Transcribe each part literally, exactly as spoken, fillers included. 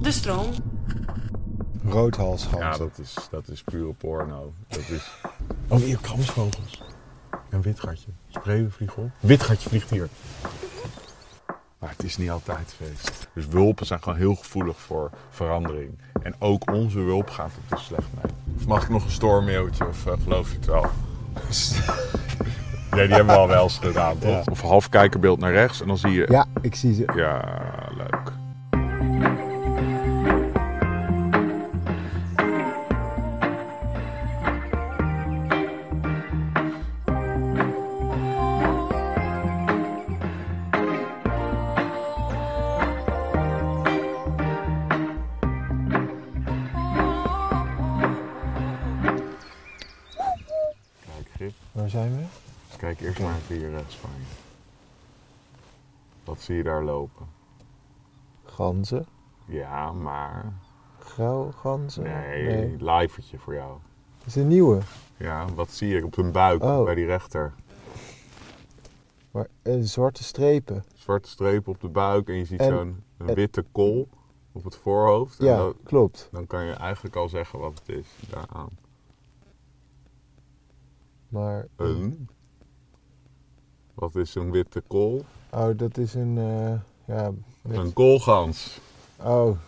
De stroom. Roodhalsganzen. Ja, dat is, dat is pure porno. Dat is... Oh, hier kramsvogels. Een witgatje. Spreeuwen vliegen op. Witgatje vliegt hier. Maar het is niet altijd feest. Dus wulpen zijn gewoon heel gevoelig voor verandering. En ook onze wulp gaat het dus slecht mee. Of mag ik nog een stormmeeuwtje of uh, geloof je het wel? Nee, die hebben we al wel eens gedaan, toch? Ja. Of half kijkerbeeld naar rechts en dan zie je... Ja, ik zie ze. Ja, leuk. Waar zijn we? Kijk eerst maar even hier rechts van je. Wat zie je daar lopen? Ganzen. Ja, maar... Grauw ganzen? Nee, nee. Livertje voor jou. Dat is een nieuwe. Ja, wat zie je op hun buik oh. bij die rechter? Maar, uh, zwarte strepen. Zwarte strepen op de buik en je ziet en, zo'n een en, witte kool op het voorhoofd. Ja, en dan, klopt. Dan kan je eigenlijk al zeggen wat het is daaraan. Maar... Een? Wat is een witte kool? Oh, dat is een... Uh, ja, met... Een koolgans. Oh.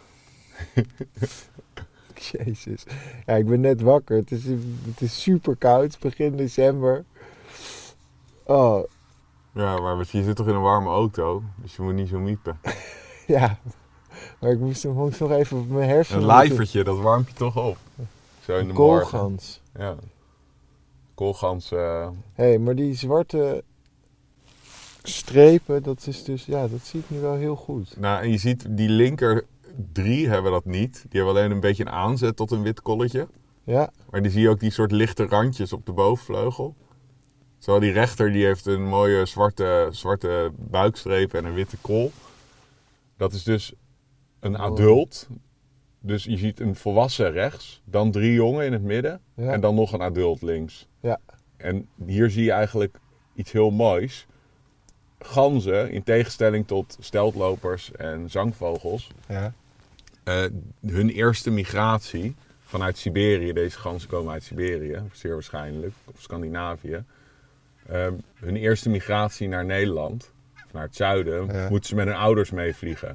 Jezus. Ja, ik ben net wakker. Het is, het is super koud. Begin december. Oh. Ja, maar je zit toch in een warme auto? Dus je moet niet zo miepen. Ja. Maar ik moest, moest nog even op mijn hersenen... Een lijvertje, dat warmt je toch op. Zo in de koolgans. Morgen. Ja. Koolgans... Uh... Hé, hey, maar die zwarte... strepen, dat is dus, ja, dat zie ik nu wel heel goed. Nou, en je ziet, die linker drie hebben dat niet. Die hebben alleen een beetje een aanzet tot een wit kolletje. Ja. Maar die zie je ook die soort lichte randjes op de bovenvleugel. Terwijl die rechter, die heeft een mooie zwarte, zwarte buikstreep en een witte kol. Dat is dus een adult. Dus je ziet een volwassen rechts, dan drie jongen in het midden ja. en dan nog een adult links. Ja. En hier zie je eigenlijk iets heel moois. Ganzen, in tegenstelling tot steltlopers en zangvogels, ja. uh, hun eerste migratie vanuit Siberië, deze ganzen komen uit Siberië, zeer waarschijnlijk, of Scandinavië. Uh, hun eerste migratie naar Nederland, naar het zuiden, ja. moeten ze met hun ouders meevliegen.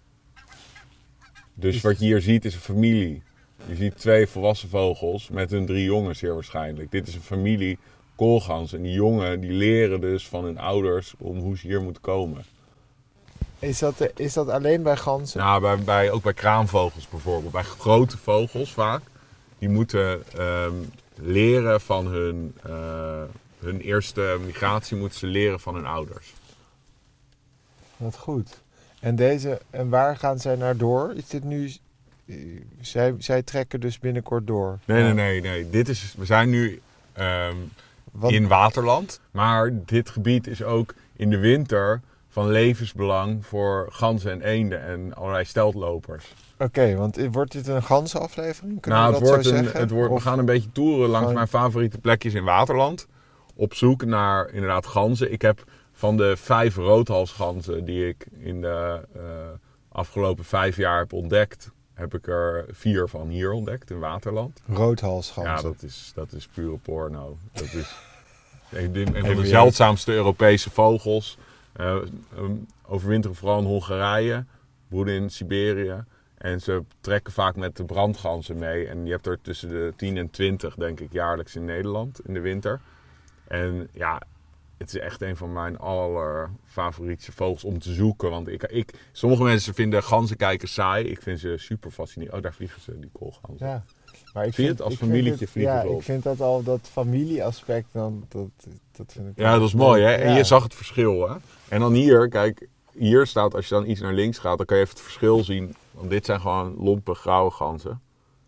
Dus is... wat je hier ziet is een familie. Je ziet twee volwassen vogels met hun drie jongen zeer waarschijnlijk. Dit is een familie koolgans. En die jongen die leren dus van hun ouders om hoe ze hier moeten komen. Is dat, is dat alleen bij ganzen? Nou, bij, bij, ook bij kraanvogels bijvoorbeeld. Bij grote vogels vaak. Die moeten um, leren van hun, uh, hun eerste migratie moeten ze leren van hun ouders. Wat goed. En, deze, en waar gaan zij naar door? Is dit nu... Zij, zij trekken dus binnenkort door? Nee, ja. nee, nee, nee. Dit is, we zijn nu um, in waterland. Maar dit gebied is ook in de winter van levensbelang voor ganzen en eenden en allerlei steltlopers. Oké, okay, want wordt dit een ganzenaflevering? Kunnen nou, we het dat wordt zo een, zeggen? het wordt, we gaan een beetje toeren langs mijn favoriete plekjes in waterland. Op zoek naar inderdaad ganzen. Ik heb van de vijf roodhalsganzen die ik in de uh, afgelopen vijf jaar heb ontdekt, heb ik er vier van hier ontdekt in waterland. Roodhalsganzen? Ja, dat is, dat is pure porno. Dat is een van de zeldzaamste Europese vogels. Uh, um, overwinteren vooral in Hongarije, broeden in Siberië. En ze trekken vaak met de brandganzen mee. En je hebt er tussen de tien en twintig, denk ik, jaarlijks in Nederland in de winter. En ja, het is echt een van mijn allerfavoriete vogels om te zoeken. Want ik, ik, sommige mensen vinden ganzenkijkers saai. Ik vind ze super fascinerend. Oh, daar vliegen ze, die koolganzen. Ja. Maar ik Zie je vind, het? Als ik familietje het, vliegen ja, ze op. ik vind dat al, dat familieaspect, dan, dat, dat vind ik... Ja, dat is mooi, hè? En ja. je zag het verschil, hè? En dan hier, kijk, hier staat, als je dan iets naar links gaat, dan kan je even het verschil zien. Want dit zijn gewoon lompe, grauwe ganzen.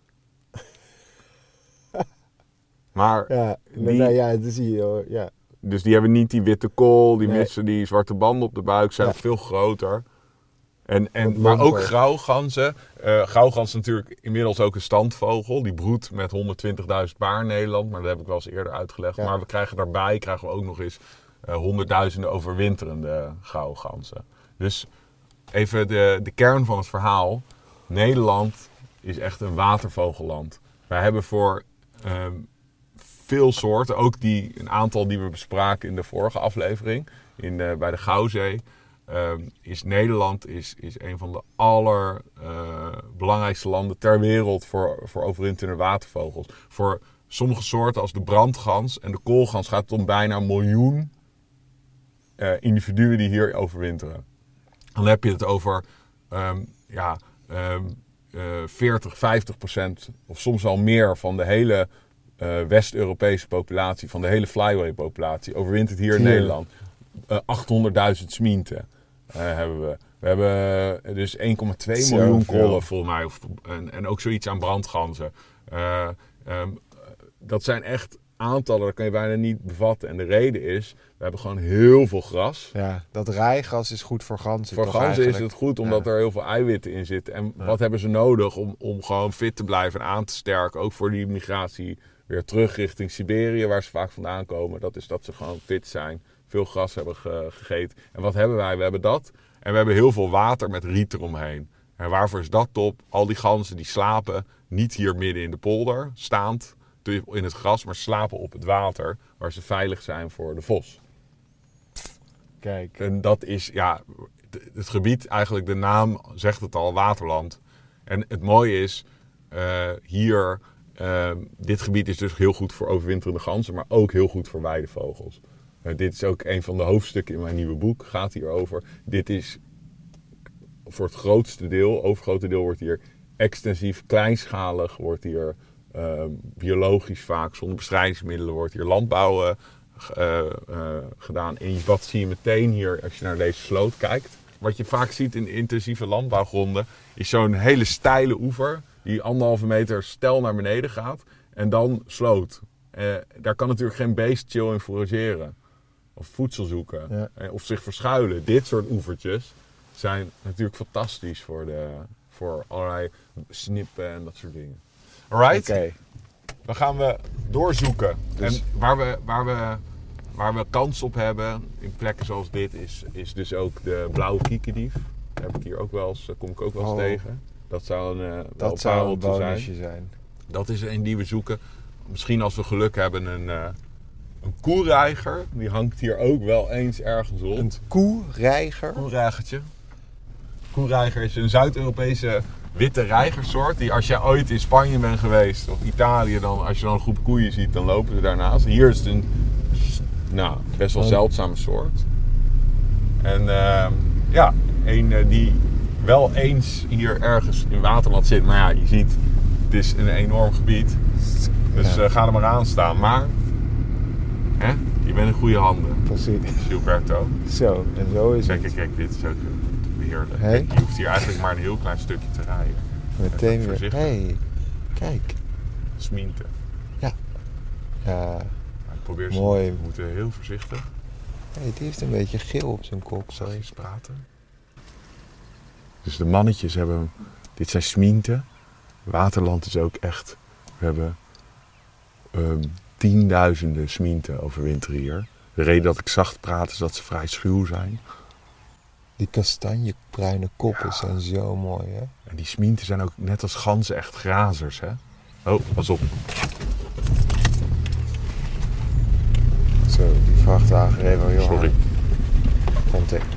Maar ja, die, nou, ja, dat zie je hoor, ja. Dus die hebben niet die witte kool, die nee. missen die zwarte banden op de buik, zijn ja. veel groter. En, en, maar ook grauwganzen. Uh, grauwgans is natuurlijk inmiddels ook een standvogel. Die broedt met honderdtwintigduizend paar in Nederland. Maar dat heb ik wel eens eerder uitgelegd. Ja. Maar we krijgen daarbij krijgen we ook nog eens uh, honderdduizenden overwinterende grauwganzen. Dus even de, de kern van het verhaal. Nederland is echt een watervogelland. Wij hebben voor um, veel soorten, ook die, een aantal die we bespraken in de vorige aflevering, in, uh, bij de Gouwzee, um, is Nederland is, is een van de allerbelangrijkste uh, landen ter wereld voor, voor overwinterende watervogels. Voor sommige soorten als de brandgans en de koolgans gaat het om bijna een miljoen uh, individuen die hier overwinteren. Dan heb je het over um, ja, um, uh, veertig, vijftig procent of soms wel meer van de hele uh, West-Europese populatie, van de hele flyway-populatie, overwintert hier in Nederland. Uh, achthonderdduizend smienten uh, hebben we. We hebben dus één komma twee miljoen kollen volgens mij. Of, en, en ook zoiets aan brandganzen. Uh, um, dat zijn echt aantallen, dat kan je bijna niet bevatten. En de reden is, we hebben gewoon heel veel gras. Ja, dat rijgras is goed voor ganzen. Voor ganzen eigenlijk. Is het goed, omdat ja. er heel veel eiwitten in zitten. En ja. wat hebben ze nodig om, om gewoon fit te blijven en aan te sterken? Ook voor die migratie weer terug richting Siberië, waar ze vaak vandaan komen. Dat is dat ze gewoon fit zijn, veel gras hebben ge- gegeten. En wat hebben wij? We hebben dat. En we hebben heel veel water met riet eromheen. En waarvoor is dat top? Al die ganzen die slapen niet hier midden in de polder, staand in het gras, maar slapen op het water, waar ze veilig zijn voor de vos. Kijk. En dat is, ja, het gebied, eigenlijk de naam zegt het al, waterland. En het mooie is, uh, hier, uh, dit gebied is dus heel goed voor overwinterende ganzen, maar ook heel goed voor weidevogels. Uh, dit is ook een van de hoofdstukken in mijn nieuwe boek, gaat hierover. Dit is voor het grootste deel, overgrote deel wordt hier extensief, kleinschalig, wordt hier uh, biologisch vaak, zonder bestrijdingsmiddelen, wordt hier landbouw uh, uh, uh, gedaan. En wat zie je meteen hier, als je naar deze sloot kijkt. Wat je vaak ziet in intensieve landbouwgronden, is zo'n hele steile oever, die anderhalve meter steil naar beneden gaat. En dan sloot. Uh, daar kan natuurlijk geen beest chill in forageren. Of voedsel zoeken. Ja. Uh, of zich verschuilen. Dit soort oevertjes zijn natuurlijk fantastisch voor, de, voor allerlei snippen en dat soort dingen. Alright? Okay. Dan gaan we doorzoeken. Dus en waar we, waar, we, waar we kans op hebben, in plekken zoals dit, is, is dus ook de blauwe kiekendief. Daar heb ik hier ook wel eens, daar kom ik ook wel eens oh. tegen. Dat zou een, uh, dat zou een bonusje zijn. zijn. Dat is een die we zoeken. Misschien als we geluk hebben een, uh, een koereiger. Die hangt hier ook wel eens ergens rond. Een koereiger? Koereigertje. Koereiger is een Zuid-Europese witte reigersoort. Die als jij ooit in Spanje bent geweest of Italië, dan, als je dan een groep koeien ziet, dan lopen ze daarnaast. Hier is het een nou, best wel zeldzame soort. En uh, ja, een uh, die wel eens hier ergens in Waterland zit. Maar ja, je ziet, het is een enorm gebied. Dus ja. uh, ga er maar aan staan. Maar, hè, je bent in goede handen. Precies. Gilberto. Zo, en zo is kijk, het. Kijk, kijk, dit is ook heerlijk. Hey? Je hoeft hier eigenlijk maar een heel klein stukje te rijden. Meteen weer. Hey, kijk. Smienten. Ja. Ja. Ik probeer mooi. Ze, we moeten heel voorzichtig. Hey, die heeft een beetje geel op zijn kop. Zachtjes praten. Dus de mannetjes hebben, dit zijn smienten. Waterland is ook echt, we hebben um, tienduizenden smienten overwinteren hier. De reden dat ik zacht praat is dat ze vrij schuw zijn. Die kastanjebruine koppen ja. zijn zo mooi, hè? En die smienten zijn ook net als ganzen echt grazers, hè? Oh, pas op. Zo, die vrachtwagen reed wel heel Sorry. hard. Vond ik.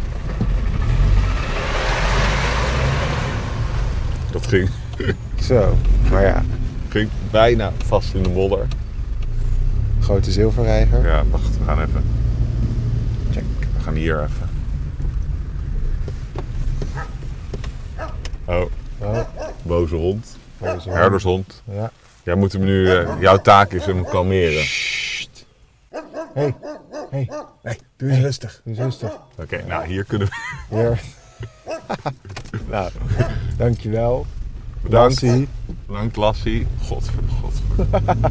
Dat ging. Zo, maar ja. Ging bijna vast in de modder. Grote zilverreiger. Ja, wacht, we gaan even. Check. We gaan hier even. Oh. oh. Boze hond. Boze hond. Herdershond. Ja. Jij moet hem nu, uh, jouw taak is hem kalmeren. Sst. Hey. Hey. Nee, doe eens hey. rustig. Doe eens rustig. Oké, okay, nou hier kunnen we... Hier. Nou, dankjewel. Bedankt. Lassie. Bedankt Lassie. Godverdomme, godverdomme.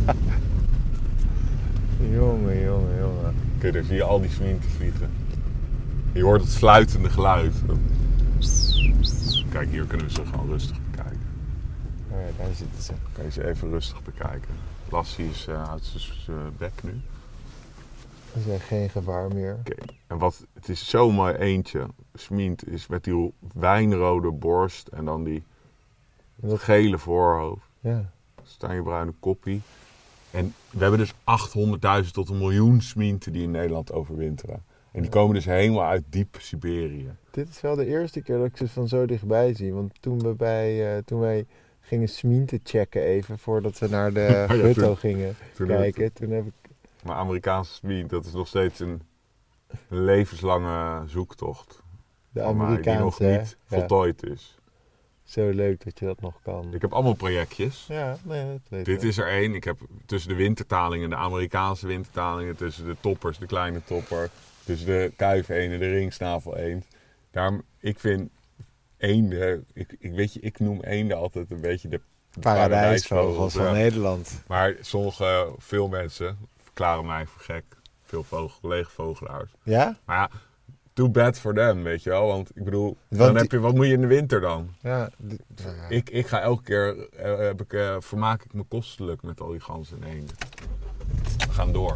Jongen, jongen, jongen. Oké, okay, daar zie je al die smienten vliegen. Je hoort het fluitende geluid. Kijk, hier kunnen we ze gewoon rustig bekijken. Oh ja, daar zitten ze. Kan je ze even rustig bekijken. Lassie is uh, uit zijn bek nu. Er zijn geen gevaar meer. Oké, okay. En wat, het is zo'n mooi eentje. Smient is met die wijnrode borst en dan die Dat... gele voorhoofd. Ja. Stanjebruine koppie. En we hebben dus achthonderdduizend tot een miljoen smienten die in Nederland overwinteren. En die komen dus helemaal uit diep Siberië. Dit is wel de eerste keer dat ik ze van zo dichtbij zie. Want toen, we bij, uh, toen wij gingen smienten checken even voordat we naar de ja, Hutto toen, gingen toen kijken. Het, toen heb ik... Maar Amerikaanse smient, dat is nog steeds een, een levenslange zoektocht. De Amerikaanse, die nog niet ja. voltooid is. Zo leuk dat je dat nog kan. Ik heb allemaal projectjes. Ja, nee, dat weet Dit ik. is er één. Ik heb tussen de wintertalingen, de Amerikaanse wintertalingen, tussen de toppers, de kleine topper, tussen de kuifeenden, de ringsnavel eend. Daarom, ik vind eenden, ik, ik weet je, ik noem eenden altijd een beetje de paradijsvogels van ja. Nederland. Maar sommige, veel mensen verklaren mij voor gek. Veel vogel, leegvogelaars. Ja? Maar ja, too bad for them, weet je wel. Want ik bedoel, Want dan die... heb je, wat moet je in de winter dan? Ja, die... ja. Ik, ik ga elke keer, uh, heb ik, uh, vermaak ik me kostelijk met al die ganzen en eenden. We gaan door.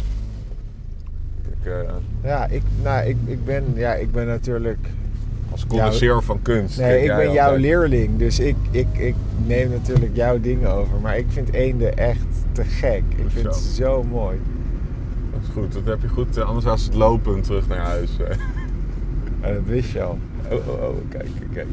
Ik, uh... Ja, ik, nou, ik, ik, ben, ja, ik ben natuurlijk... Als connoisseur jou... van kunst. Nee, ik ben altijd... jouw leerling, dus ik, ik, ik neem natuurlijk jouw dingen over. Maar ik vind eenden echt te gek. Ik vind het zo mooi. Dat is goed, dat heb je goed. Anders was het lopen terug naar huis. Ja, dat wist je al. Oh, oh, oh, kijk, kijk.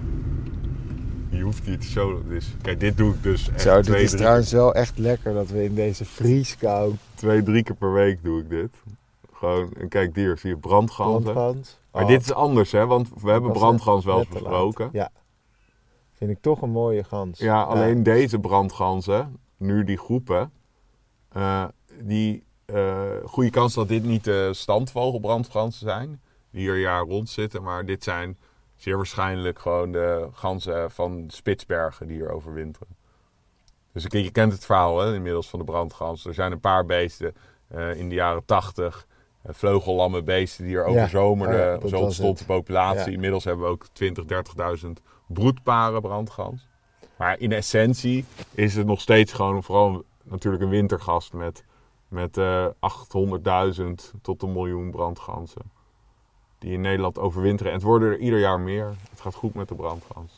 Je hoeft niet zo. Dus, kijk, dit doe ik dus echt Zo, dit twee, is drie trouwens keer... wel echt lekker dat we in deze vrieskou... Twee, drie keer per week doe ik dit. Gewoon, en kijk, hier zie je brandganzen. Brandgans. Maar oh. dit is anders, hè? Want we hebben brandgans wel eens besproken. Ja. Vind ik toch een mooie gans. Ja, alleen ja. Deze brandganzen, nu die groepen, uh, die uh, goede kans dat dit niet de standvogelbrandganzen zijn, die hier jaar rond zitten, maar dit zijn zeer waarschijnlijk gewoon de ganzen van Spitsbergen die hier overwinteren. Dus je kent het verhaal, hè, inmiddels van de brandgans. Er zijn een paar beesten uh, in de jaren tachtig, uh, vleugellamme beesten die hier overzomerden. Ja, oh ja, zo ontstond de populatie. Ja. Inmiddels hebben we ook twintigduizend, dertigduizend broedparen brandgans. Maar in essentie is het nog steeds gewoon vooral natuurlijk een wintergast met, met uh, achthonderdduizend tot een miljoen brandganzen. Die in Nederland overwinteren. En het worden er ieder jaar meer. Het gaat goed met de brandgans.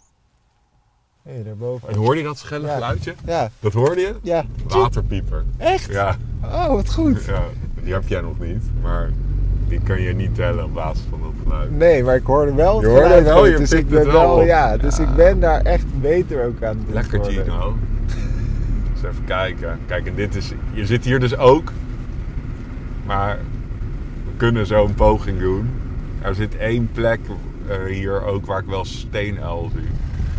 Hé, hey, daarboven. En hoorde je dat schelle ja. geluidje? Ja. Dat hoorde je? Ja. Waterpieper. Echt? Ja. Oh, wat goed. Ja, die heb jij nog niet, maar die kan je niet tellen op basis van dat geluid. Nee, maar ik hoorde wel het je hoorde geluid. Wel, je dus ik ben wel, wel ja, ja. Dus ik ben daar echt beter ook aan het Lekker worden. Gino. Eens even kijken. Kijk, en dit is, je zit hier dus ook, maar we kunnen zo een poging doen. Er zit één plek uh, hier ook waar ik wel steenuil zie.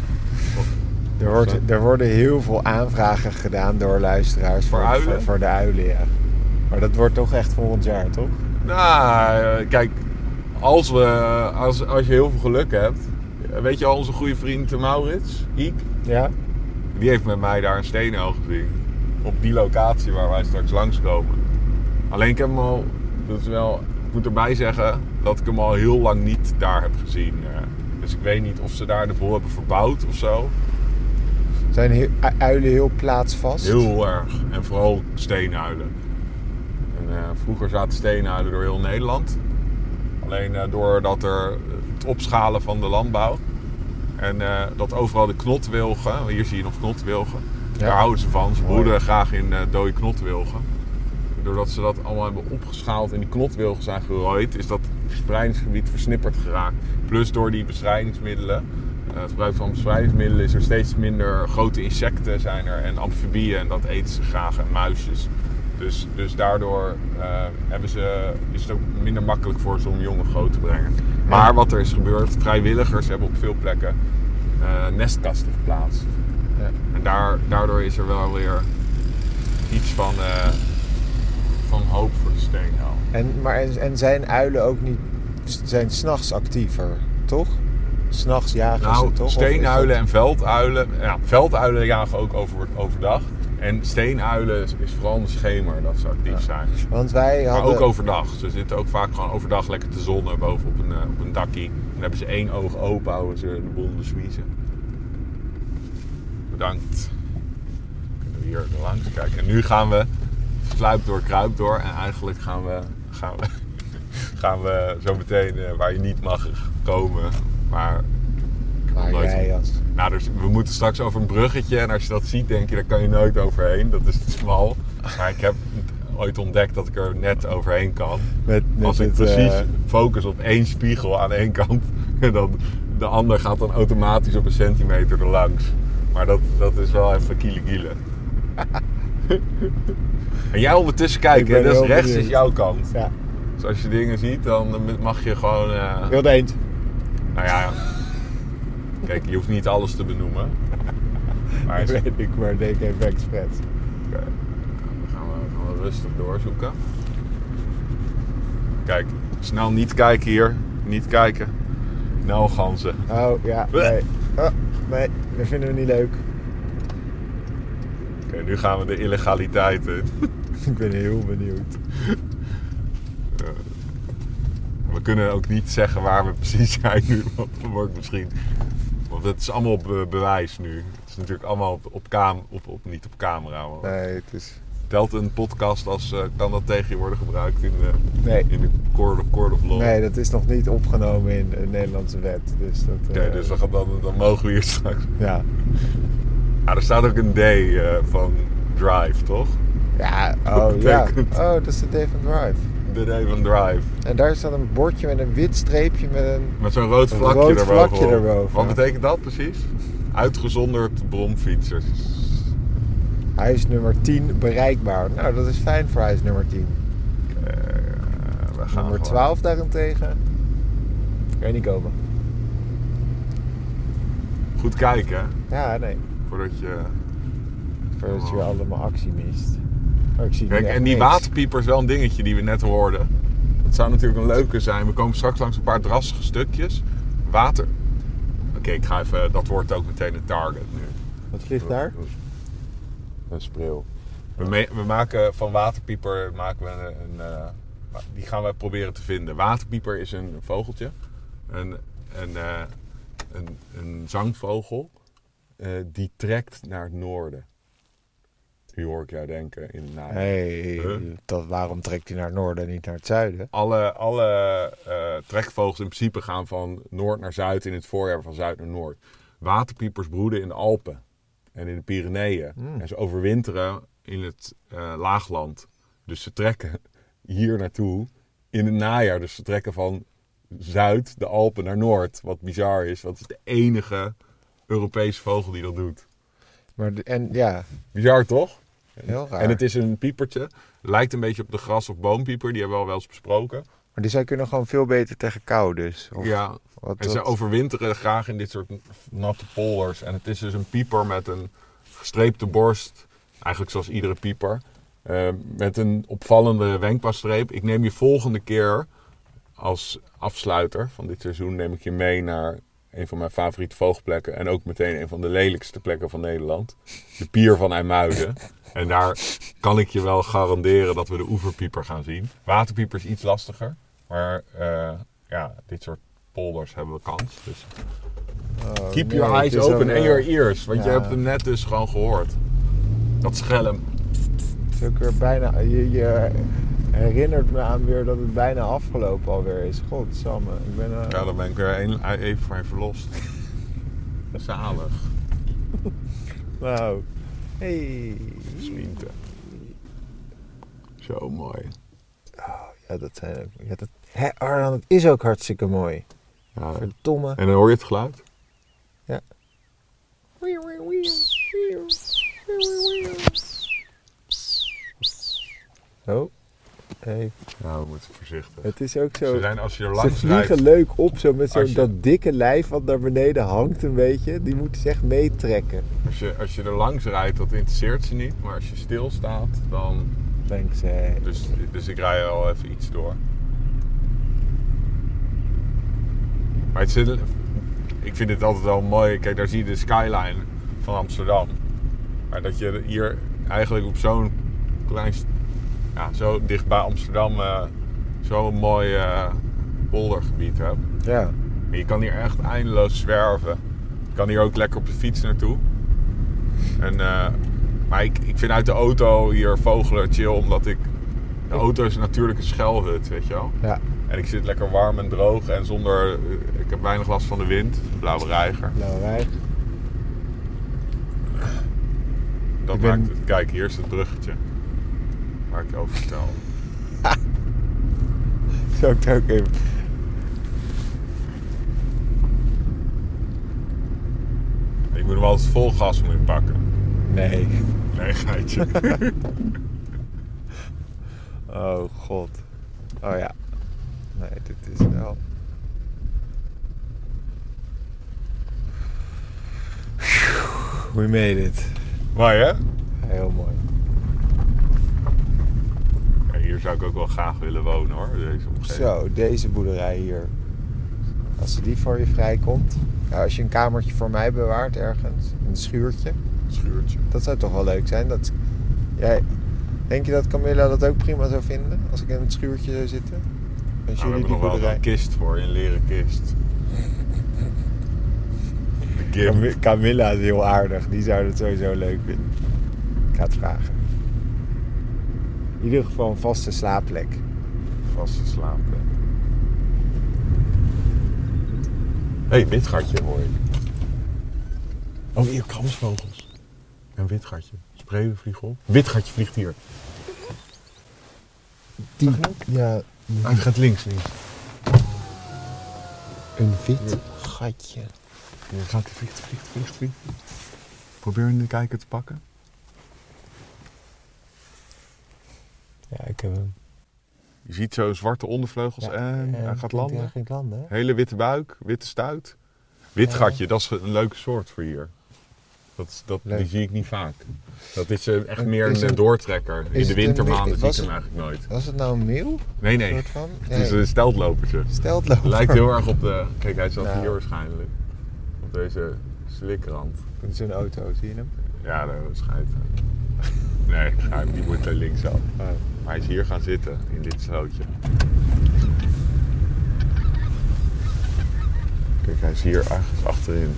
Er, wordt, er worden heel veel aanvragen gedaan door luisteraars voor, voor, uilen? voor, voor de uilen, ja. Maar dat wordt toch echt volgend jaar, toch? Nou, kijk, als, we, als, als je heel veel geluk hebt, weet je al onze goede vriend Maurits, Iek? Ja. Die heeft met mij daar een steenuil gezien. Op die locatie waar wij straks langskomen. Alleen ik heb hem al, dat is wel, ik moet erbij zeggen dat ik hem al heel lang niet daar heb gezien. Dus ik weet niet of ze daar de boel hebben verbouwd of zo. Zijn heel, uilen heel plaatsvast? Heel erg. En vooral steenuilen. En, uh, vroeger zaten steenuilen door heel Nederland. Alleen uh, doordat er het opschalen van de landbouw. En uh, dat overal de knotwilgen. Hier zie je nog knotwilgen. Ja. Daar houden ze van. Ze broeden graag in uh, dode knotwilgen. Doordat ze dat allemaal hebben opgeschaald en die knotwilgen zijn gerooid, is dat verspreidingsgebied versnipperd geraakt. Plus door die bestrijdingsmiddelen. Uh, het gebruik van bestrijdingsmiddelen is er steeds minder grote insecten zijn er en amfibieën en dat eten ze graag en muisjes. Dus, dus daardoor uh, hebben ze, is het ook minder makkelijk voor ze om jongen groot te brengen. Maar wat er is gebeurd, vrijwilligers hebben op veel plekken uh, nestkasten geplaatst. Ja. En daar, daardoor is er wel weer iets van, uh, van hoop voor de steenuil. En, maar, en zijn uilen ook niet, zijn 's nachts actiever, toch? 's nachts jagen nou, ze toch? Steenuilen en velduilen. Ja, velduilen jagen ook over, overdag. En steenuilen is, is vooral in de schemer dat ze actief ja. zijn. Want wij hadden... Maar ook overdag. Ze zitten ook vaak gewoon overdag lekker te zonnen boven op een, op een dakkie. En dan hebben ze één oog open, houden ze de boel in de smiezen. Bedankt. Kunnen we hier langs kijken. En nu gaan we sluip door, kruip door. En eigenlijk gaan we, gaan we, gaan we zo meteen uh, waar je niet mag komen. Maar waar jij als Nou, dus we moeten straks over een bruggetje. En als je dat ziet, denk je, daar kan je nooit overheen. Dat is te smal. Maar ik heb ooit ontdekt dat ik er net overheen kan. Met, met Als ik het, precies uh... focus op één spiegel aan één kant. En dan de ander gaat dan automatisch op een centimeter erlangs. Maar dat, dat is wel even kiele kiele. En jij ondertussen kijken, dus rechts benieuwd. Is jouw kant. Ja. Dus als je dingen ziet, dan mag je gewoon... Uh... Wilde eend. Nou ja, kijk, je hoeft niet alles te benoemen. Maar dat weet ik, maar denk even expres. Okay. Dan gaan we, gaan we rustig doorzoeken. Kijk, snel niet kijken hier. Niet kijken. Nelganzen. Oh, ja, nee. Oh, nee, dat vinden we niet leuk. Oké, okay, nu gaan we de illegaliteit in. Ik ben heel benieuwd. Uh, we kunnen ook niet zeggen waar we precies zijn nu, want dan wordt misschien... Want het is allemaal op be- bewijs nu. Het is natuurlijk allemaal op, op, cam- op, op niet op camera. Maar nee, het is... Telt een podcast als... Uh, kan dat tegen je worden gebruikt in de, nee. in de court, of, court of law? Nee, dat is nog niet opgenomen in de Nederlandse wet. Dus dat, Oké, okay, uh, dus dan, dan, dan mogen we hier straks... Ja. Ah, er staat ook een D uh, van Drive, toch? Ja, oh ja. Oh, dat is de D van Drive. De D van Drive. En daar staat een bordje met een wit streepje met een... Met zo'n rood vlakje, rood erboven. vlakje erboven. Wat betekent dat precies? Uitgezonderd bromfietsers. Huis nummer tien bereikbaar. Nou, dat is fijn voor huis nummer tien. Okay, uh, we gaan nummer twaalf daarentegen. Kan je niet komen. Goed kijken, hè? Ja, nee. Voordat je... Voordat je oh. allemaal actie mist. Oh, ik zie Kijk, en die niks. waterpieper is wel een dingetje die we net hoorden. Dat zou natuurlijk een leuke zijn. We komen straks langs een paar drassige stukjes. Water... Oké, okay, ik ga even... Dat wordt ook meteen een target nu. Wat ligt daar? Een spreeuw. We, me- we maken van waterpieper maken we een, een, uh, die gaan we proberen te vinden. Waterpieper is een vogeltje, een, een, uh, een, een zangvogel uh, die trekt naar het noorden. Nu hoor ik jou denken in naam. Hey, huh? dat, waarom trekt hij naar het noorden en niet naar het zuiden? Alle, alle uh, trekvogels in principe gaan van noord naar zuid in het voorjaar, van zuid naar noord. Waterpiepers broeden in de Alpen. En in de Pyreneeën. Mm. En ze overwinteren in het uh, laagland. Dus ze trekken hier naartoe in het najaar. Dus ze trekken van zuid de Alpen naar noord. Wat bizar is. Want het is de enige Europese vogel die dat doet. Maar de, en ja. Bizar toch? Heel raar. En het is een piepertje. Lijkt een beetje op de gras- of boompieper. Die hebben we al wel eens besproken. Maar die zij kunnen gewoon veel beter tegen kou dus. Of ja. Wat, en ze wat? overwinteren graag in dit soort natte polders. En het is dus een pieper met een gestreepte borst. Eigenlijk zoals iedere pieper. Uh, met een opvallende wenkbrauwstreep. Ik neem je volgende keer als afsluiter van dit seizoen... neem ik je mee naar een van mijn favoriete vogelplekken. En ook meteen een van de lelijkste plekken van Nederland. De Pier van IJmuiden. En daar kan ik je wel garanderen dat we de oeverpieper gaan zien. Waterpieper is iets lastiger. Maar uh, ja, dit soort polders hebben we kans. Dus oh, keep nee, your eyes open and your ears. Want ja. je hebt hem net dus gewoon gehoord. Dat schelm. Het is ook weer bijna... Je, je herinnert me aan weer dat het bijna afgelopen alweer is. Godsamme. Ik ben, uh... Ja, dan ben ik weer een, even van je verlost. Zalig. Nou. Hey. Smiente. Zo mooi. Oh, ja, dat zijn ook... Ja, dat... Hé, Arjan, het is ook hartstikke mooi. Ja. Verdomme. En dan hoor je het geluid? Ja. Oh. Hey. Nou, we moeten voorzichtig. Het is ook zo... Ze, zijn, als je er langs ze vliegen rijdt, leuk op, zo met zo'n je, dat dikke lijf wat naar beneden hangt een beetje. Die moeten ze echt meetrekken. Als je, als je er langs rijdt, dat interesseert ze niet. Maar als je stilstaat, dan... Denk ze... Dus, dus ik rij al even iets door. Maar het zit, ik vind het altijd wel mooi. Kijk, daar zie je de skyline van Amsterdam. Maar dat je hier eigenlijk op zo'n klein... Ja, zo dicht bij Amsterdam uh, zo'n mooi uh, poldergebied hebt. Ja. En je kan hier echt eindeloos zwerven. Je kan hier ook lekker op de fiets naartoe. En, uh, maar ik, ik vind uit de auto hier vogelen chill, omdat ik... De auto is een natuurlijke schuilhut, weet je wel. Ja. En ik zit lekker warm en droog en zonder... Ik heb weinig last van de wind. Blauwe reiger. Blauwe reiger. dat ben... maakt het. Kijk, hier is het bruggetje. Waar ik over vertel. Zou ik het ook even... Ik moet hem altijd vol gas moeten pakken. Nee. Nee, geitje. Oh god. Oh ja. Nee, dit is wel... We made it. Mooi, hè? Heel mooi. Ja, hier zou ik ook wel graag willen wonen, hoor. Deze omgeving. Zo, deze boerderij hier. Als die voor je vrijkomt. Ja, als je een kamertje voor mij bewaart ergens. Een schuurtje. Schuurtje. Dat zou toch wel leuk zijn. Dat... Jij... Denk je dat Camilla dat ook prima zou vinden? Als ik in het schuurtje zou zitten? Als Nou, we jullie hebben die nog wel boerderij... een kist voor je, een leren kist. De Cam- gimp. Camilla is heel aardig. Die zou het sowieso leuk vinden. Ik ga het vragen. In ieder geval een vaste slaapplek. Vaste slaapplek. Hé, hey, witgatje hoor je. Oh, hier, kramsvogels. Een witgatje. Spreeuwen vliegen op. Witgatje vliegt hier. Die... Ja, Ah, het gaat links, links. een wit gatje. Hier gaat hij, vliegt, vliegt, vliegt, vliegt. Probeer hem de kijker te pakken. Ja, ik heb hem. Je ziet zo zwarte ondervleugels Ja, en hij gaat landen. Hij gaat landen, hè? Hele witte buik, witte stuit. Witgatje, dat is een leuke soort voor hier. Dat, dat, die Leuk. zie ik niet vaak. Dat is eh, echt En meer is een het- doortrekker. In is de het een wintermaanden me- zie was ik hem het- eigenlijk nooit. Was het nou een meeuw? Nee, nee. Soort van? Het is een steltlopertje. Steltloper. Lijkt heel erg op de... Kijk, hij zat Nou. hier waarschijnlijk. Op deze slikrand. In zo'n auto, zie je hem? Ja, daar schijt. Nee, ja, die moet daar linksaf. Oh. Maar hij is hier gaan zitten, in dit slootje. Kijk, hij is hier ergens achterin.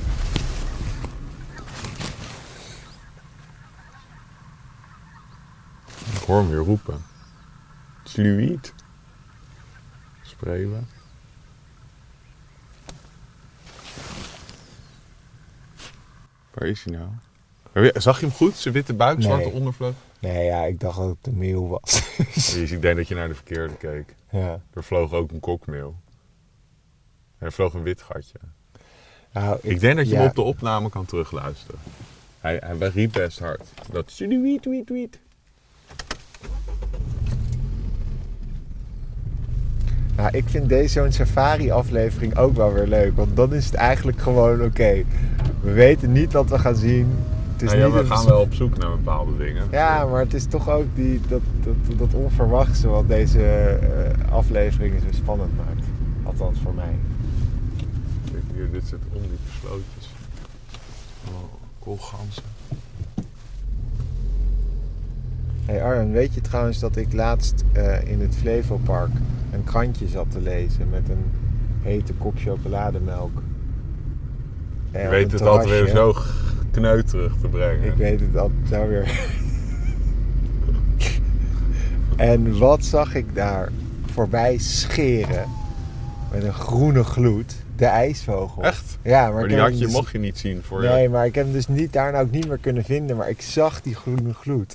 Ik hoor hem weer roepen. Sluiet. Spreeuwen. Waar is hij nou? Zag je hem goed? Zijn witte buik, Nee. zwarte ondervleugel? Nee, ja, ik dacht dat het een meeuw was. Dus ik denk dat je naar de verkeerde keek. Ja. Er vloog ook een kokmeel. En er vloog een wit gatje. Nou, Ik denk dat je ja. hem op de opname kan terugluisteren. Hij, hij riep best hard. Dat wiet, wiet, wiet. Nou, ik vind deze zo'n safari-aflevering ook wel weer leuk. Want dan is het eigenlijk gewoon oké. We weten niet wat we gaan zien. Het is Nou ja, niet we een- gaan wel op zoek naar bepaalde dingen. Ja, maar het is toch ook die, dat, dat, dat onverwachte wat deze eh, afleveringen zo spannend maakt. Althans voor mij. Kijk, hier, dit zit ondiepe slootjes. Oh, koolganzen. Hey Arjen, weet je trouwens dat ik laatst eh, in het Flevopark een krantje zat te lezen met een hete kop chocolademelk. Eh, Je op weet een het altijd weer terrasje. zo kneuterig te brengen. Ik weet het altijd zo weer. En wat zag ik daar voorbij scheren met een groene gloed? De ijsvogel. Echt? Ja, maar, Maar ik die heb had hem je, dus- mocht je niet zien voor Nee, je... maar ik heb hem dus niet, daarna ook niet meer kunnen vinden. Maar ik zag die groene gloed.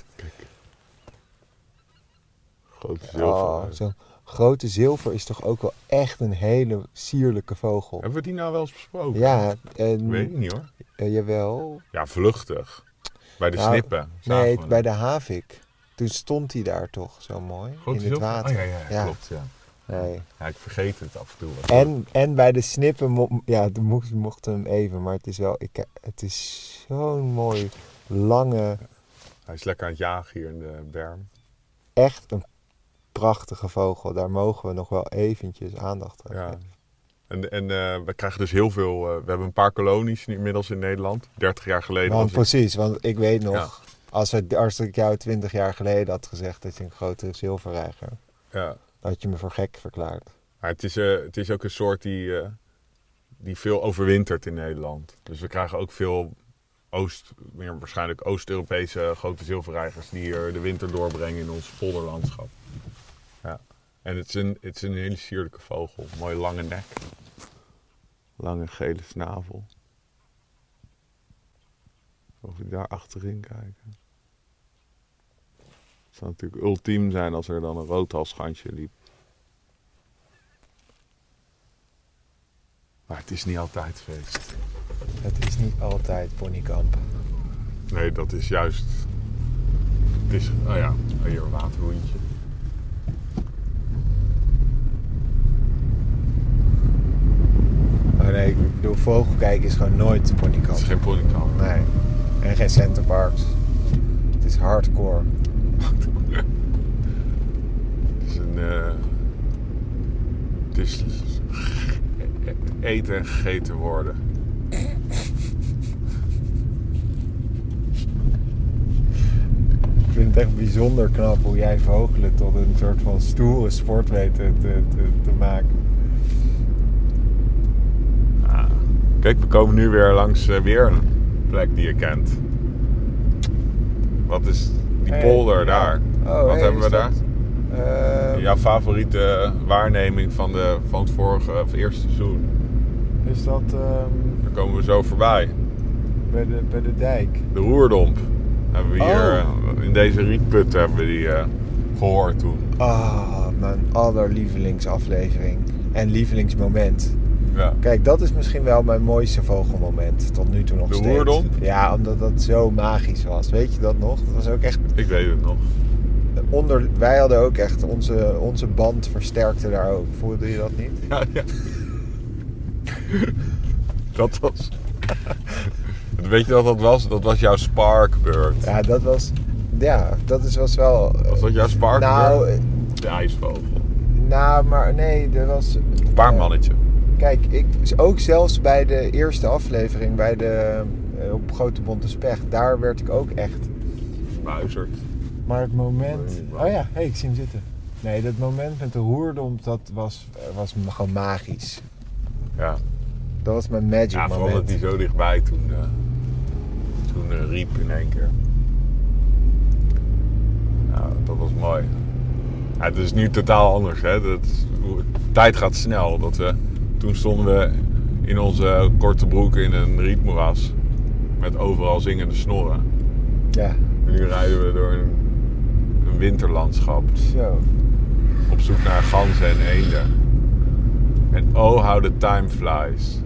Grote zilver. Oh, zo'n grote zilver is toch ook wel echt een hele sierlijke vogel. Hebben we die nou wel eens besproken? Ja, en, Weet ik niet hoor. eh, jawel. Ja, vluchtig. Bij de Nou, snippen. zagen Nee, we bij hem. de havik. Toen stond hij daar toch zo mooi. Grote in het zilver? water. Oh, ja, ja, ja, Ja. klopt. Ja. Nee. Ja, ik vergeet het af en toe. wel. En, en bij de snippen, mo- ja, toen mocht- mochten we hem even. Maar het is wel, ik, het is zo'n mooi, lange, Hij is lekker aan het jagen hier in de berm. echt een prachtige vogel. Daar mogen we nog wel eventjes aandacht aan Ja. geven. En, en eh, we krijgen dus heel veel... eh, we hebben een paar kolonies nu inmiddels in Nederland. dertig jaar geleden Want was ik... precies, want ik weet nog, Ja. als, we, als ik jou twintig jaar geleden had gezegd dat je een grote zilverreiger, Ja. dan had je me voor gek verklaard. Maar het is, eh, het is ook een soort die, eh, die veel overwintert in Nederland. Dus we krijgen ook veel Oost, meer waarschijnlijk Oost-Europese grote zilverreigers die hier de winter doorbrengen in ons polderlandschap. Ja. En het is, een, het is een hele sierlijke vogel. Mooie lange nek. Lange gele snavel. Of ik daar achterin kijken. Het zou natuurlijk ultiem zijn als er dan een roodhalsgansje liep. Maar het is niet altijd feest. Het is niet altijd ponykamp. Nee, dat is juist... Het is... Oh ja, hier een waterhoentje. Oh nee, ik bedoel, vogelkijken is gewoon nooit ponykamp. Het is geen ponykamp. Nee. En geen centerparks. Het is hardcore. Het is een... Uh, het is... Eten en gegeten worden. Ik vind het echt bijzonder knap hoe jij vogelen tot een soort van stoere sport weet te, te, te maken. Ah, kijk, we komen nu weer langs uh, weer een plek die je kent. Wat is die Hey, polder ja. daar? Oh, Wat hey, hebben we is daar? dat, uh, Jouw favoriete waarneming van, de, van het vorige of eerste seizoen. Is dat um, Daar komen we zo voorbij. bij, de, bij de dijk? De roerdomp. Hebben we hier Oh. uh, in deze rietput hebben we die uh, gehoord toen. Ah, mijn allerlievelingsaflevering. En lievelingsmoment. Ja. Kijk, dat is misschien wel mijn mooiste vogelmoment tot nu toe nog De steeds. roerdomp? Ja, omdat dat zo magisch was. Weet je dat nog? Dat was ook echt... Ik weet het nog. Onder, wij hadden ook echt... Onze, onze band versterkte daar ook. Voelde je dat niet? Ja, ja. Dat was... Weet je wat dat was? Dat was jouw sparkbird. Ja, dat was... Ja, dat is, was wel... Was dat jouw sparkbird? Nou, De ijsvogel. nou, maar nee, er was... Een paardmannetje. Kijk, ik, ook zelfs bij de eerste aflevering, bij de, uh, op Grote Bonte Specht, daar werd ik ook echt... Buizerd. Maar het moment... Oh ja, hey, ik zie hem zitten. Nee, dat moment met de roerdomp, dat was, was gewoon magisch. Ja. Dat was mijn magic Ja, vooral moment. dat hij zo dichtbij toen, uh, toen uh, riep in één keer. Nou, dat was mooi. Ja, het is nu totaal anders, hè. Dat is, de tijd gaat snel. Dat we, toen stonden we in onze korte broeken in een rietmoeras. Met overal zingende snorren. Ja. En nu rijden we door een, een winterlandschap. Zo. Op zoek naar ganzen en eenden. En oh, how the time flies.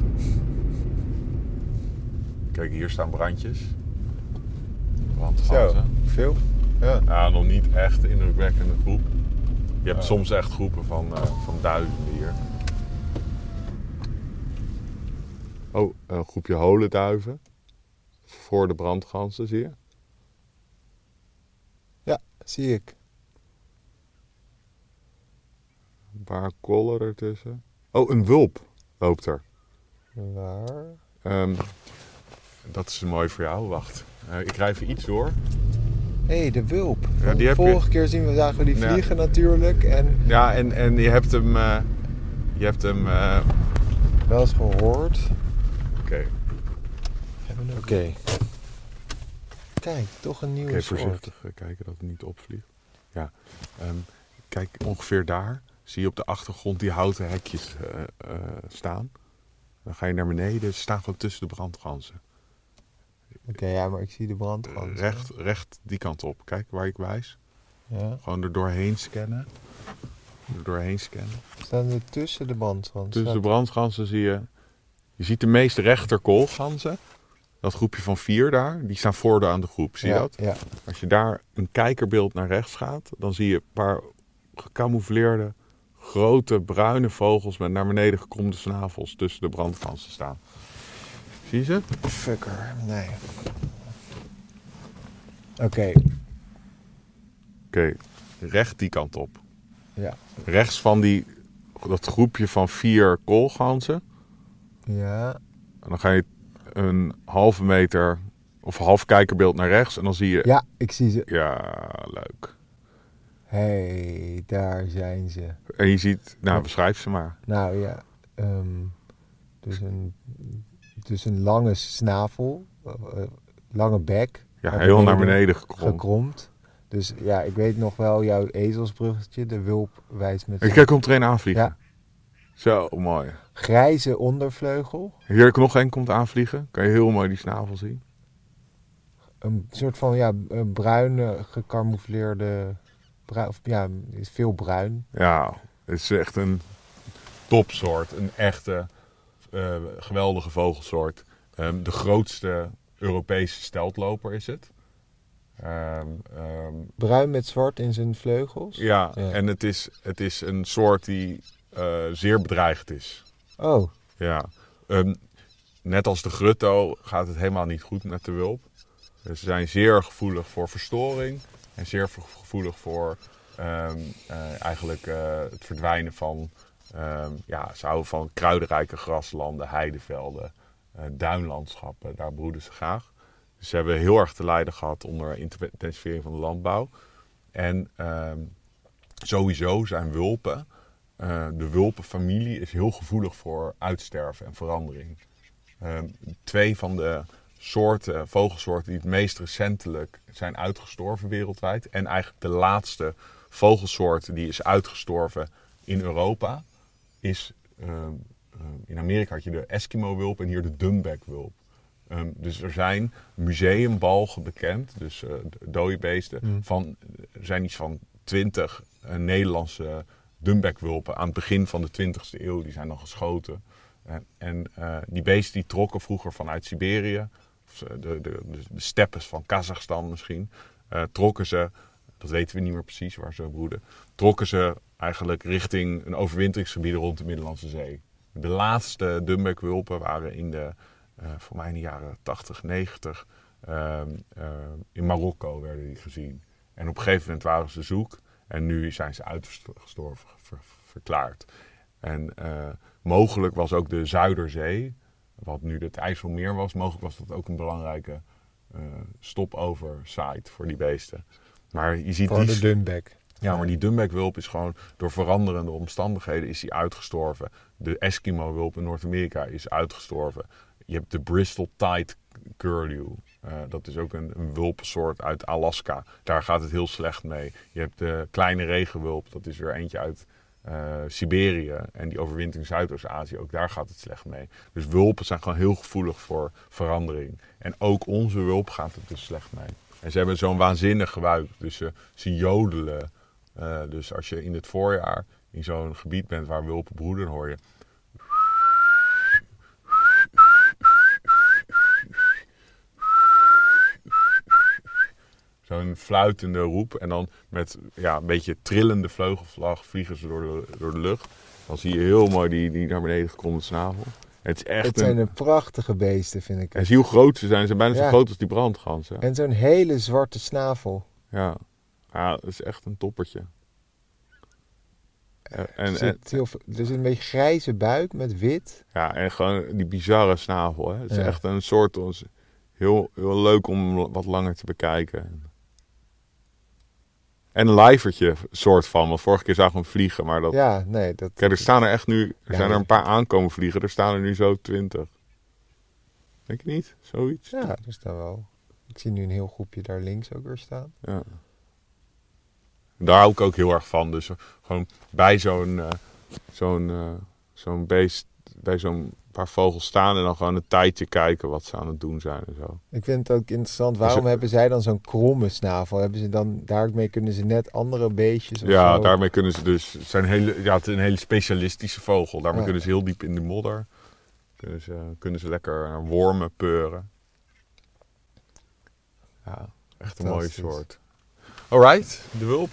Kijk, hier staan brandjes. Brandganzen. Zo. Veel? Ja. Ja, nog niet echt een indrukwekkende groep. Je hebt Oh. soms echt groepen van, uh, van duizenden hier. Oh, een groepje holenduiven. Voor de brandganzen, zie je? Ja, zie ik. Een paar kollen ertussen. Oh, een wulp loopt er. Waar? Um, dat is mooi voor jou. Wacht. Uh, ik rij even iets door. Hé, hey, de wulp. Ja, die de heb vorige je... keer zien we, zagen we die Ja. vliegen natuurlijk. En Ja, en, en je hebt hem... Uh, je hebt hem... Uh... wel eens gehoord. Oké. Oké. Okay. Kijk, toch een nieuwe Oké, soort. voorzichtig kijken dat het niet opvliegt. Ja. Um, kijk, ongeveer daar zie je op de achtergrond die houten hekjes uh, uh, staan. Dan ga je naar beneden. Ze staan gewoon tussen de brandganzen. Oké, okay, ja, maar ik zie de brandganzen. Recht, recht die kant op. Kijk waar ik wijs. Ja. Gewoon er doorheen scannen. Er doorheen scannen. Staan er tussen de brandganzen? Tussen de brandganzen zie je... Je ziet de meest rechterkoolganzen. Dat groepje van vier daar. Die staan voor de aan de groep. Zie je ja, dat? Ja. Als je daar een kijkerbeeld naar rechts gaat... dan zie je een paar gecamoufleerde... grote bruine vogels met naar beneden gekromde snavels tussen de brandganzen staan. Zie je ze? Fucker, nee. Oké. Okay. Oké, okay. Recht die kant op. Ja. Rechts van die, dat groepje van vier koolganzen. Ja. En dan ga je een halve meter of half kijkerbeeld naar rechts en dan zie je... Ja, ik zie ze. Ja, leuk. Hé, hey, daar zijn ze. En je ziet, nou beschrijf ze maar. Nou ja, um, dus, een, dus een lange snavel, uh, lange bek. Ja, heel beneden, naar beneden gekromd. gekromd. Dus ja, ik weet nog wel jouw ezelsbruggetje, de wulp wijst met... En kijk, komt er een aanvliegen. Ja. Zo, mooi. Grijze ondervleugel. Hier nog één komt aanvliegen. Kan je heel mooi die snavel zien. een soort van ja, een bruine gecamoufleerde... Bruin, of, ja, is veel bruin. Ja, het is echt een topsoort. Een echte uh, geweldige vogelsoort. Um, de grootste Europese steltloper is het. Um, um, Bruin met zwart in zijn vleugels? Ja, ja. En het is, het is een soort die uh, zeer bedreigd is. Oh. Ja. Um, net als de grutto gaat het helemaal niet goed met de wulp. Ze zijn zeer gevoelig voor verstoring. En zeer gevoelig voor um, uh, eigenlijk uh, het verdwijnen van... Um, ja, ze houden van kruidenrijke graslanden, heidevelden, uh, duinlandschappen. Daar broeden ze graag. Dus ze hebben heel erg te lijden gehad onder intensivering van de landbouw. En um, sowieso zijn wulpen... Uh, de wulpenfamilie is heel gevoelig voor uitsterven en verandering. Um, twee van de soorten, vogelsoorten die het meest recentelijk zijn uitgestorven wereldwijd. En eigenlijk de laatste vogelsoort die is uitgestorven in Europa is... Uh, uh, in Amerika had je de Eskimo-wulp en hier de Dumbeck-wulp. Um, dus er zijn museumbalgen bekend, dus uh, dode beesten. Mm. Van, er zijn iets van twintig uh, Nederlandse Dumbeck-wulpen aan het begin van de twintigste eeuw. Die zijn dan geschoten. Uh, en uh, die beesten die trokken vroeger vanuit Siberië, de, de, de, de steppes van Kazachstan misschien, uh, trokken ze, dat weten we niet meer precies waar ze broeden, trokken ze eigenlijk richting een overwinteringsgebied rond de Middellandse Zee. De laatste Dumbeck-wulpen waren in de, uh, voor mij in de jaren tachtig, negentig, uh, uh, in Marokko werden die gezien. En op een gegeven moment waren ze zoek en nu zijn ze uitgestorven ver, verklaard. En uh, mogelijk was ook de Zuiderzee, wat nu het IJsselmeer was, mogelijk was dat ook een belangrijke uh, stopover site voor die beesten. Maar je ziet voor die... de Dumbeck. Ja, maar die Dumbeck-wulp is gewoon door veranderende omstandigheden is die uitgestorven. De Eskimo-wulp in Noord-Amerika is uitgestorven. Je hebt de Bristol Tide Curlew. Uh, dat is ook een, een wulpensoort uit Alaska. Daar gaat het heel slecht mee. Je hebt de kleine regenwulp. Dat is weer eentje uit uh, Siberië. En die overwintering Zuidoost-Azië. Ook daar gaat het slecht mee. Dus wulpen zijn gewoon heel gevoelig voor verandering. En ook onze wulp gaat het dus slecht mee. En ze hebben zo'n waanzinnig geluid. Dus ze, ze jodelen. Uh, dus als je in het voorjaar in zo'n gebied bent waar wulpen broeden, hoor je... Zo'n fluitende roep. En dan met ja, een beetje trillende vleugelvlag vliegen ze door de, door de lucht. Dan zie je heel mooi die, die naar beneden gekromde snavel. Het, is echt het zijn een... een prachtige beesten, vind ik. En zie hoe groot ze zijn. Ze zijn bijna ja. zo groot als die brandgans. Ja. En zo'n hele zwarte snavel. Ja. Ja, dat is echt een toppertje. En, er, zit heel veel, er zit een beetje grijze buik met wit. Ja, en gewoon die bizarre snavel. Hè. Het is ja. echt een soort... Heel, heel leuk om wat langer te bekijken. En een lijvertje soort van. Want vorige keer zagen we hem vliegen. Maar dat... Ja, nee. Dat... Kijk, er staan er echt nu... Er ja, zijn er een paar aankomen vliegen. Er staan er nu zo twintig. Denk je niet? Zoiets? Ja, er staan wel. Ik zie nu een heel groepje daar links ook weer staan. Ja. Daar hou ik ook heel erg van. Dus gewoon bij zo'n, uh, zo'n, uh, zo'n beest, bij zo'n paar vogels staan en dan gewoon een tijdje kijken wat ze aan het doen zijn en zo. Ik vind het ook interessant. Waarom dus, hebben zij dan zo'n kromme snavel? Hebben ze dan, daarmee kunnen ze net andere beestjes of Ja, zo? daarmee kunnen ze dus... Het zijn hele, ja, het is een hele specialistische vogel. Daarmee ja. kunnen ze heel diep in de modder. Kunnen ze, kunnen ze lekker wormen peuren. Ja, echt een mooie soort. Alright, de wulp.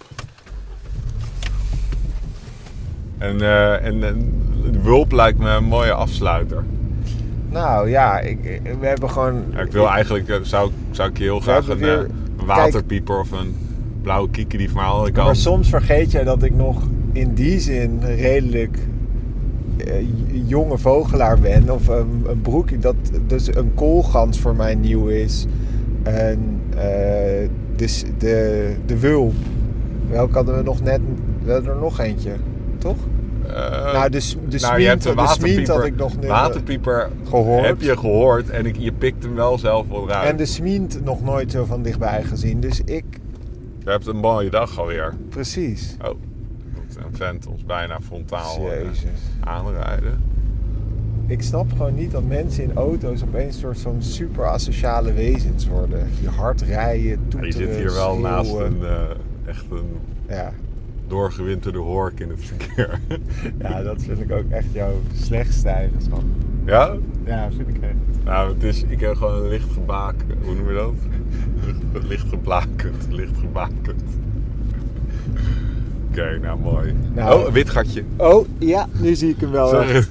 En, uh, en, en de wulp lijkt me een mooie afsluiter. Nou ja, ik, we hebben gewoon... Ja, ik wil ik, eigenlijk, zou, zou ik je heel graag een, weer, een waterpieper kijk, of een blauwe kiekendief maar alle kanten. Maar soms vergeet jij dat ik nog in die zin redelijk uh, jonge vogelaar ben. Of um, een broek, dat dus een koolgans voor mij nieuw is. En uh, dus de, de wulp. Welke hadden we nog net? We hadden er nog eentje, toch? Uh, nou, de, de nou, smint, de de smint had ik nog net waterpieper gehoord. Heb je gehoord en ik, je pikt hem wel zelf wel uit. En de smint nog nooit zo van dichtbij gezien. Dus ik... Je hebt een mooie dag alweer. Precies. Oh, een vent ons bijna frontaal uh, Jezus. aanrijden. ik snap gewoon niet dat mensen in auto's opeens een soort van super asociale wezens worden. Die hard rijden, toeteren, Je zit hier wel schreeuwen. naast een uh, echt een Ja. doorgewinterde hork in het verkeer. Ja, dat vind ik ook echt jouw slechtste eigenschap. Ja? Ja, vind ik echt. Nou, het is, ik heb gewoon een licht gebaken. Hoe noem je dat? Licht, licht geblakend. Licht gebakend. Oké, okay, nou mooi. Nou, oh, een wit gatje. Oh, ja, nu zie ik hem wel. Zag je,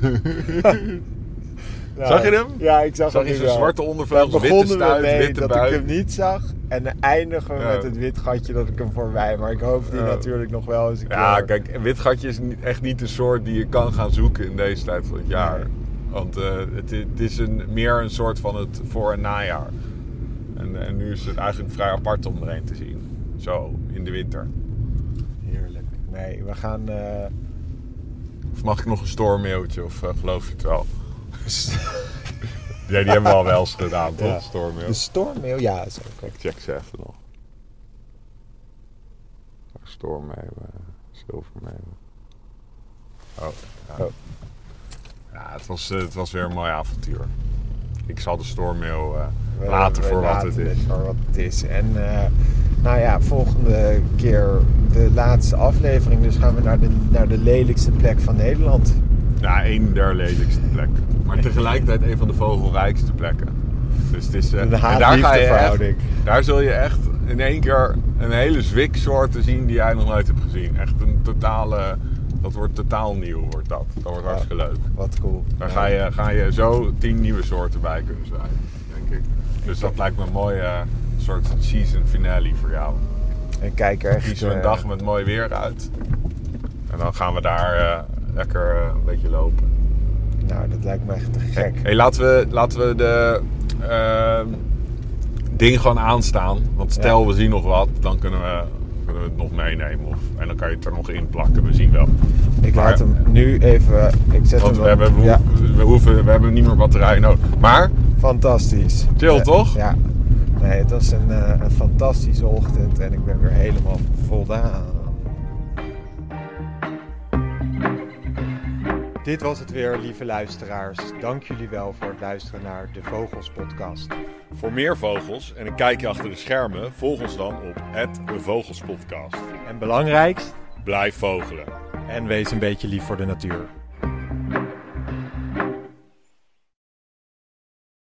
nou, zag je hem? Ja, ik zag, zag hem je nu zijn wel. zwarte ondervleugels, witte stuit, mee witte dat buik. ik hem niet zag. En dan eindigen we Ja. met het wit gatje dat ik hem voorbij. Maar ik hoop die Ja. natuurlijk nog wel eens een Ja, keer. kijk, een wit gatje is niet, echt niet de soort die je kan gaan zoeken in deze tijd van het jaar. Nee. Want uh, het, het is een, meer een soort van het voor- en najaar. En, en nu is het eigenlijk vrij apart om er een te zien. Zo, in de winter. Heerlijk. Nee, we gaan... Uh... Of mag ik nog een stormmailtje of uh, geloof je het wel? Ja, die hebben we al wel eens gedaan, toch? Ja. Stormmail. De stormmail, ja, is ook. Ik check ze even nog. Stormmail, uh, zilvermail. Oh, ja. Oh. Ja, het was, uh, het was weer een mooi avontuur. Ik zal de stormmail uh, We, laten we voor wat laten het is. Voor wat het is. En uh, nou ja, volgende keer de laatste aflevering. Dus gaan we naar de, naar de lelijkste plek van Nederland. Ja, één der lelijkste plekken. Maar tegelijkertijd een van de vogelrijkste plekken. Dus het is, uh, Een en daar, ga je echt, haat-liefdeverhouding. daar zul je echt in één keer een hele zwiksoorten zien die jij nog nooit hebt gezien. Echt een totale... Dat wordt totaal nieuw, wordt dat. Dat wordt Ja. hartstikke leuk. Wat cool. Daar Ja. ga je, ga je zo tien nieuwe soorten bij kunnen zijn, denk ik. Dus dat lijkt me een mooie uh, soort season finale voor jou. En kijk er echt... Kiezen we een uh, dag met mooi weer uit. En dan gaan we daar uh, lekker uh, een beetje lopen. Nou, dat lijkt me echt te gek. Hey, laten we, laten we de uh, ding gewoon aanstaan. Want stel Ja. we zien nog wat, dan kunnen we, kunnen we het nog meenemen. Of, en dan kan je het er nog in plakken, we zien wel. Ik Maar- laat hem nu even... Ik zet Want hem we op- hebben, we, ja, we, hoeven, we hebben niet meer batterijen nodig. Maar, fantastisch. chill Ja, toch? Ja. Nee, het was een, uh, een fantastische ochtend en ik ben weer helemaal voldaan. Dit was het weer, lieve luisteraars. Dank jullie wel voor het luisteren naar de Vogels podcast. Voor meer vogels en een kijkje achter de schermen, volg ons dan op at de Vogelspodcast. En belangrijkst, Blijf vogelen. en wees een beetje lief voor de natuur.